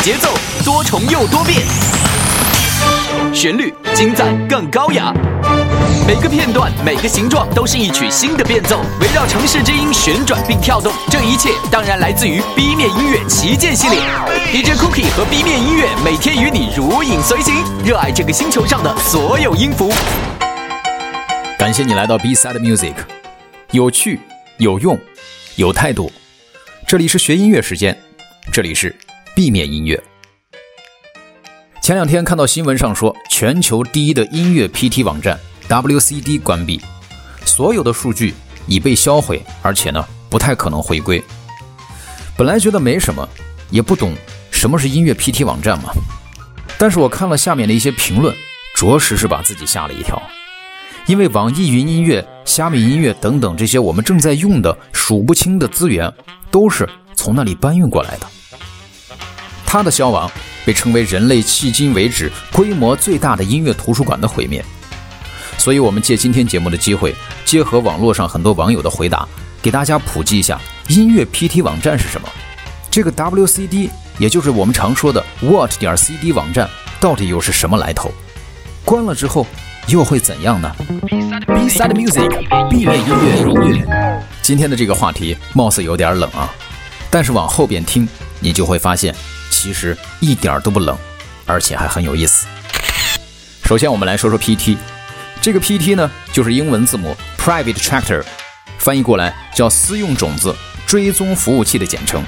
节奏多重又多变，旋律精湛更高雅。每个片段，每个形状都是一曲新的变奏，围绕城市之音旋转并跳动。这一切当然来自于 B 面音乐旗舰系列。DJ Cookie 和 B 面音乐每天与你如影随形，热爱这个星球上的所有音符。 感谢你来到 B-Side Music， 有趣、有用、有态度。这里是学音乐时间，这里是 B 面音乐。前两天看到新闻上说，全球第一的音乐 PT 网站 WCD 关闭，所有的数据已被销毁，而且呢不太可能回归。本来觉得没什么，也不懂什么是音乐 PT 网站嘛，但是我看了下面的一些评论，着实是把自己吓了一跳。因为网易云音乐、虾米音乐等等这些我们正在用的数不清的资源，都是从那里搬运过来的。它的消亡被称为人类迄今为止规模最大的音乐图书馆的毁灭。所以我们借今天节目的机会，结合网络上很多网友的回答，给大家普及一下音乐 PT 网站是什么。这个 WCD 也就是我们常说的 What.CD 网站到底又是什么来头？关了之后又会怎样呢？ B-Side Music 毕业音乐。今天的这个话题貌似有点冷啊，但是往后边听你就会发现其实一点都不冷，而且还很有意思。首先我们来说说 PT。 这个 PT 呢就是英文字母 Private Tractor， 翻译过来叫私用种子追踪服务器的简称。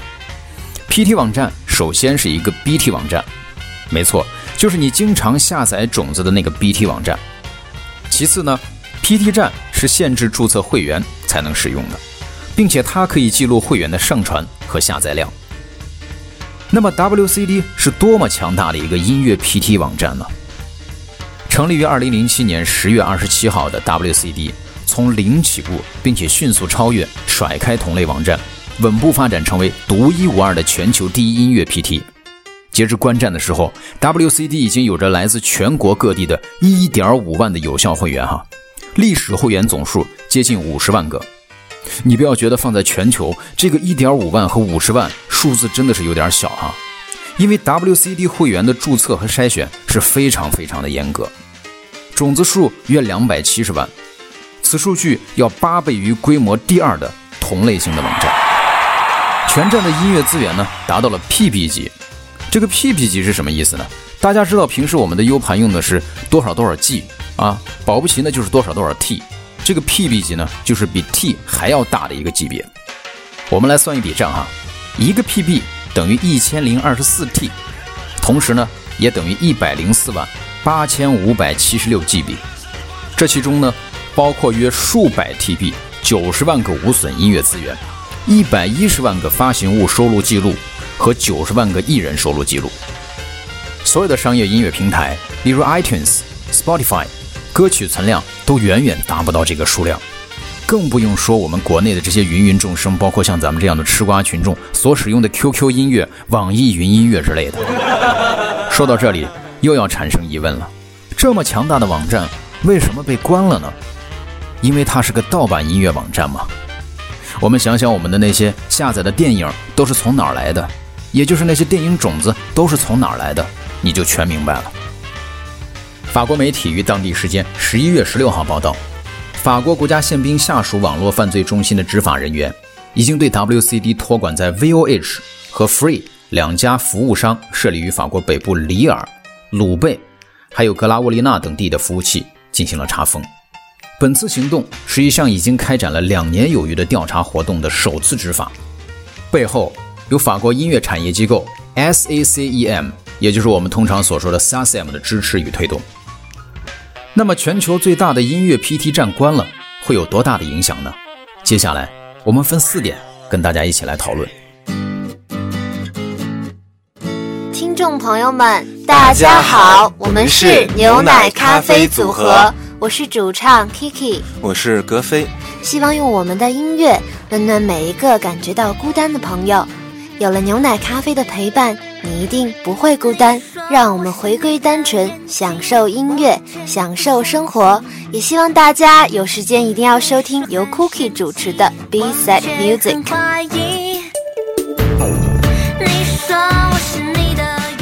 PT 网站首先是一个 BT 网站，没错，就是你经常下载种子的那个 BT 网站。其次呢， PT 站是限制注册会员才能使用的，并且它可以记录会员的上传和下载量。那么 WCD 是多么强大的一个音乐 PT 网站呢？成立于2007年10月27号的 WCD 从零起步，并且迅速超越甩开同类网站，稳步发展成为独一无二的全球第一音乐 PT。 截至观战的时候， WCD 已经有着来自全国各地的 1.5 万的有效会员历史会员总数接近50万个。你不要觉得放在全球这个 1.5 万和50万数字真的是有点小因为 WCD 会员的注册和筛选是非常非常的严格，种子数约270万，此数据要8倍于规模第二的同类型的网站。全站的音乐资源呢达到了 PB 级。这个 PB 级是什么意思呢？大家知道平时我们的 U 盘用的是多少多少 G 保不齐呢就是多少多少 T， 这个 PB 级呢就是比 T 还要大的一个级别。我们来算一笔账一个 PB 等于1024 T， 同时呢也等于104万8576 GB。 这其中呢包括约数百 TB 90万个无损音乐资源，110万个发行物收录记录和90万个艺人收录记录。所有的商业音乐平台，例如 iTunes、Spotify， 歌曲存量都远远达不到这个数量，更不用说我们国内的这些芸芸众生，包括像咱们这样的吃瓜群众所使用的 QQ 音乐、网易云音乐之类的。说到这里又要产生疑问了，这么强大的网站为什么被关了呢？因为它是个盗版音乐网站嘛。我们想想我们的那些下载的电影都是从哪儿来的，也就是那些电影种子都是从哪儿来的，你就全明白了。法国媒体于当地时间11月16号报道，法国国家宪兵下属网络犯罪中心的执法人员已经对 WCD 托管在 VOH 和 Free 两家服务商设立于法国北部里尔、鲁贝还有格拉沃利纳等地的服务器进行了查封。本次行动是一项已经开展了2年有余的调查活动的首次执法，背后有法国音乐产业机构 SACEM， 也就是我们通常所说的 SACEM 的支持与推动。那么全球最大的音乐 PT 站关了，会有多大的影响呢？接下来我们分4点跟大家一起来讨论。 听众朋友们大家好，我们是牛奶咖啡组合，我是主唱 Kiki， 我是格飞， 希望用我们的音乐温暖每一个感觉到孤单的朋友。有了牛奶咖啡的陪伴，你一定不会孤单。让我们回归单纯，享受音乐，享受生活。也希望大家有时间一定要收听由 Cookie 主持的 B-Side Music。你说我是你的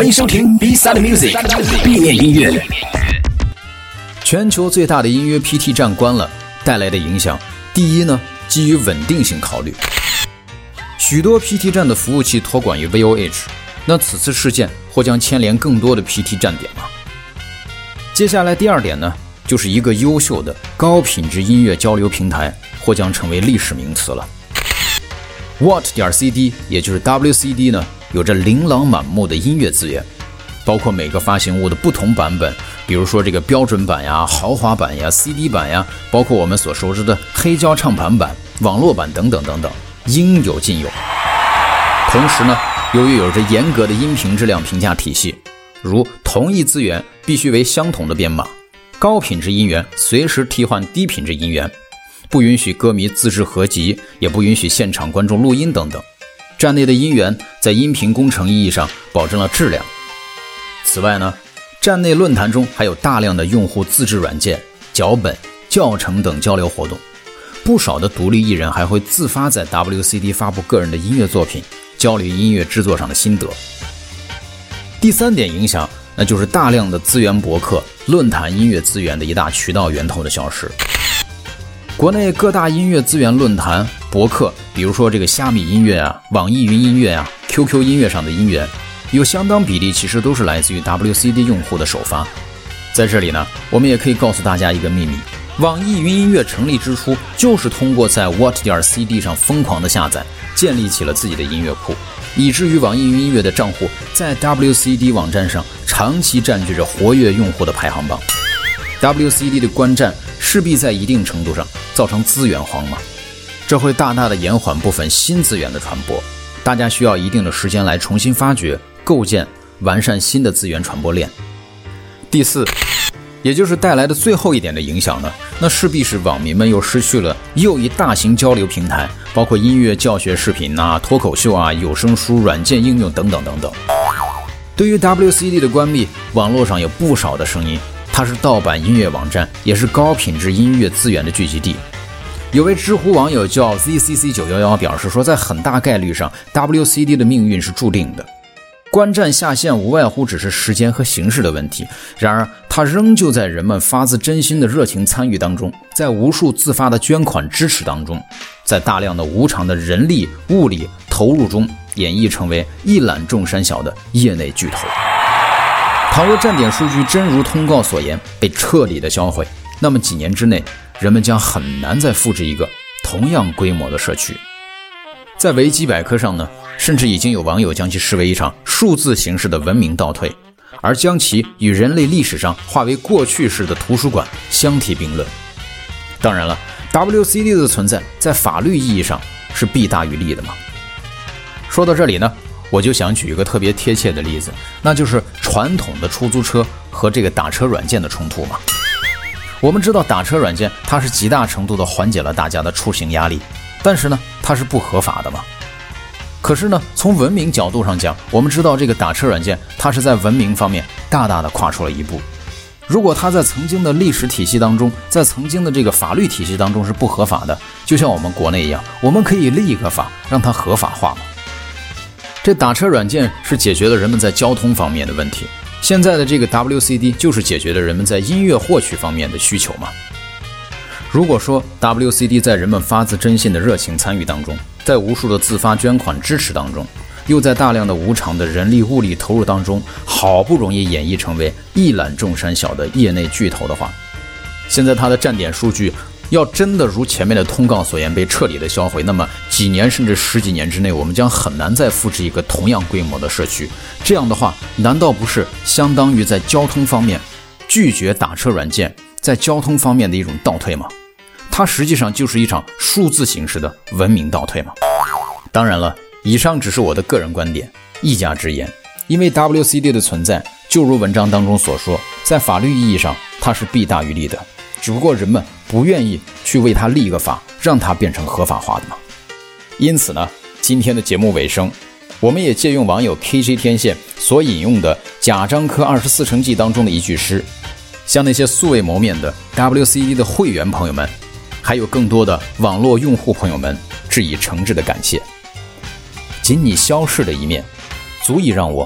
欢迎收听 B-Side Music 地面音乐。全球最大的音乐 PT 站关了，带来的影响，第一呢，基于稳定性考虑，许多 PT 站的服务器托管于 VOH， 那此次事件或将牵连更多的 PT 站点吗？接下来第二点呢，就是一个优秀的高品质音乐交流平台或将成为历史名词了。What.cd 也就是 WCD 呢，有着琳琅满目的音乐资源，包括每个发行物的不同版本，比如说这个标准版呀、豪华版呀、CD 版呀，包括我们所熟知的黑胶唱盘版、网络版等等等等，应有尽有。同时呢，由于有着严格的音频质量评价体系，如同一资源必须为相同的编码，高品质音源随时替换低品质音源，不允许歌迷自制合集，也不允许现场观众录音等等。站内的音源在音频工程意义上保证了质量。此外呢，站内论坛中还有大量的用户自制软件、脚本、教程等交流活动，不少的独立艺人还会自发在 WCD 发布个人的音乐作品，交流音乐制作上的心得。第三点影响，那就是大量的资源博客、论坛音乐资源的一大渠道源头的消失。国内各大音乐资源论坛、博客，比如说这个虾米音乐啊、网易云音乐啊、QQ 音乐上的音源，有相当比例其实都是来自于 WCD 用户的首发。在这里呢，我们也可以告诉大家一个秘密，网易云音乐成立之初就是通过在 What.cd 上疯狂的下载，建立起了自己的音乐库，以至于网易云音乐的账户在 WCD 网站上长期占据着活跃用户的排行榜。WCD 的关站势必在一定程度上造成资源荒嘛，这会大大的延缓部分新资源的传播，大家需要一定的时间来重新发掘、构建、完善新的资源传播链。第四，也就是带来的最后一点的影响呢，那势必是网民们又失去了又一大型交流平台，包括音乐教学视频啊、脱口秀啊、有声书、软件应用等等等等。对于 WCD 的关闭，网络上有不少的声音，它是盗版音乐网站，也是高品质音乐资源的聚集地。有位知乎网友叫 ZCC911 表示说，在很大概率上 WCD 的命运是注定的，关站下线无外乎只是时间和形式的问题，然而它仍旧在人们发自真心的热情参与当中，在无数自发的捐款支持当中，在大量的无偿的人力物力投入中，演绎成为一览众山小的业内巨头。倘若站点数据真如通告所言被彻底的销毁，那么几年之内人们将很难再复制一个同样规模的社区。在维基百科上呢，甚至已经有网友将其视为一场数字形式的文明倒退，而将其与人类历史上化为过去式的图书馆相提并论。当然了， WCD 的存在在法律意义上是弊大于利的嘛。说到这里呢，我就想举一个特别贴切的例子，那就是传统的出租车和这个打车软件的冲突嘛。我们知道打车软件它是极大程度的缓解了大家的出行压力，但是呢，它是不合法的嘛。可是呢，从文明角度上讲，我们知道这个打车软件它是在文明方面大大的跨出了一步。如果它在曾经的历史体系当中，在曾经的这个法律体系当中是不合法的，就像我们国内一样，我们可以立一个法让它合法化嘛。这打车软件是解决了人们在交通方面的问题，现在的这个 WCD 就是解决了人们在音乐获取方面的需求嘛。如果说 WCD 在人们发自真心的热情参与当中，在无数的自发捐款支持当中，又在大量的无偿的人力物力投入当中，好不容易演绎成为一览众山小的业内巨头的话，现在它的站点数据要真的如前面的通告所言被彻底的销毁，那么几年甚至十几年之内，我们将很难再复制一个同样规模的社区。这样的话，难道不是相当于在交通方面拒绝打车软件在交通方面的一种倒退吗？它实际上就是一场数字形式的文明倒退嘛。当然了，以上只是我的个人观点，一家之言。因为 WCD 的存在，就如文章当中所说，在法律意义上它是弊大于利的，只不过人们不愿意去为它立一个法，让它变成合法化的嘛。因此呢，今天的节目尾声，我们也借用网友 KJ 天线所引用的贾樟柯24城记当中的一句诗，向那些素未谋面的 WCD 的会员朋友们，还有更多的网络用户朋友们致以诚挚的感谢。仅你消逝的一面，足以让我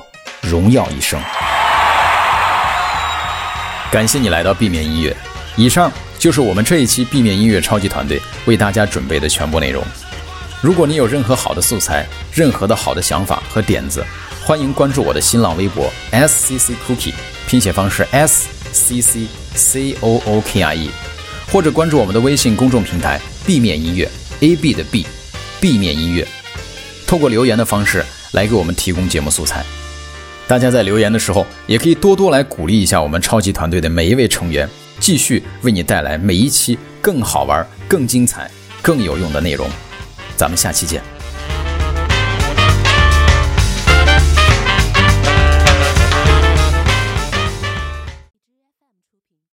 荣耀一生。感谢你来到避免音乐，以上就是我们这一期避免音乐超级团队为大家准备的全部内容。如果你有任何好的素材，任何的好的想法和点子，欢迎关注我的新浪微博 SCCCookie， 拼写方式 SCCCOOKIE， 或者关注我们的微信公众平台避免音乐 AB 的 B， 避免音乐，透过留言的方式来给我们提供节目素材。大家在留言的时候也可以多多来鼓励一下我们超级团队的每一位成员，继续为你带来每一期更好玩、更精彩、更有用的内容。咱们下期见。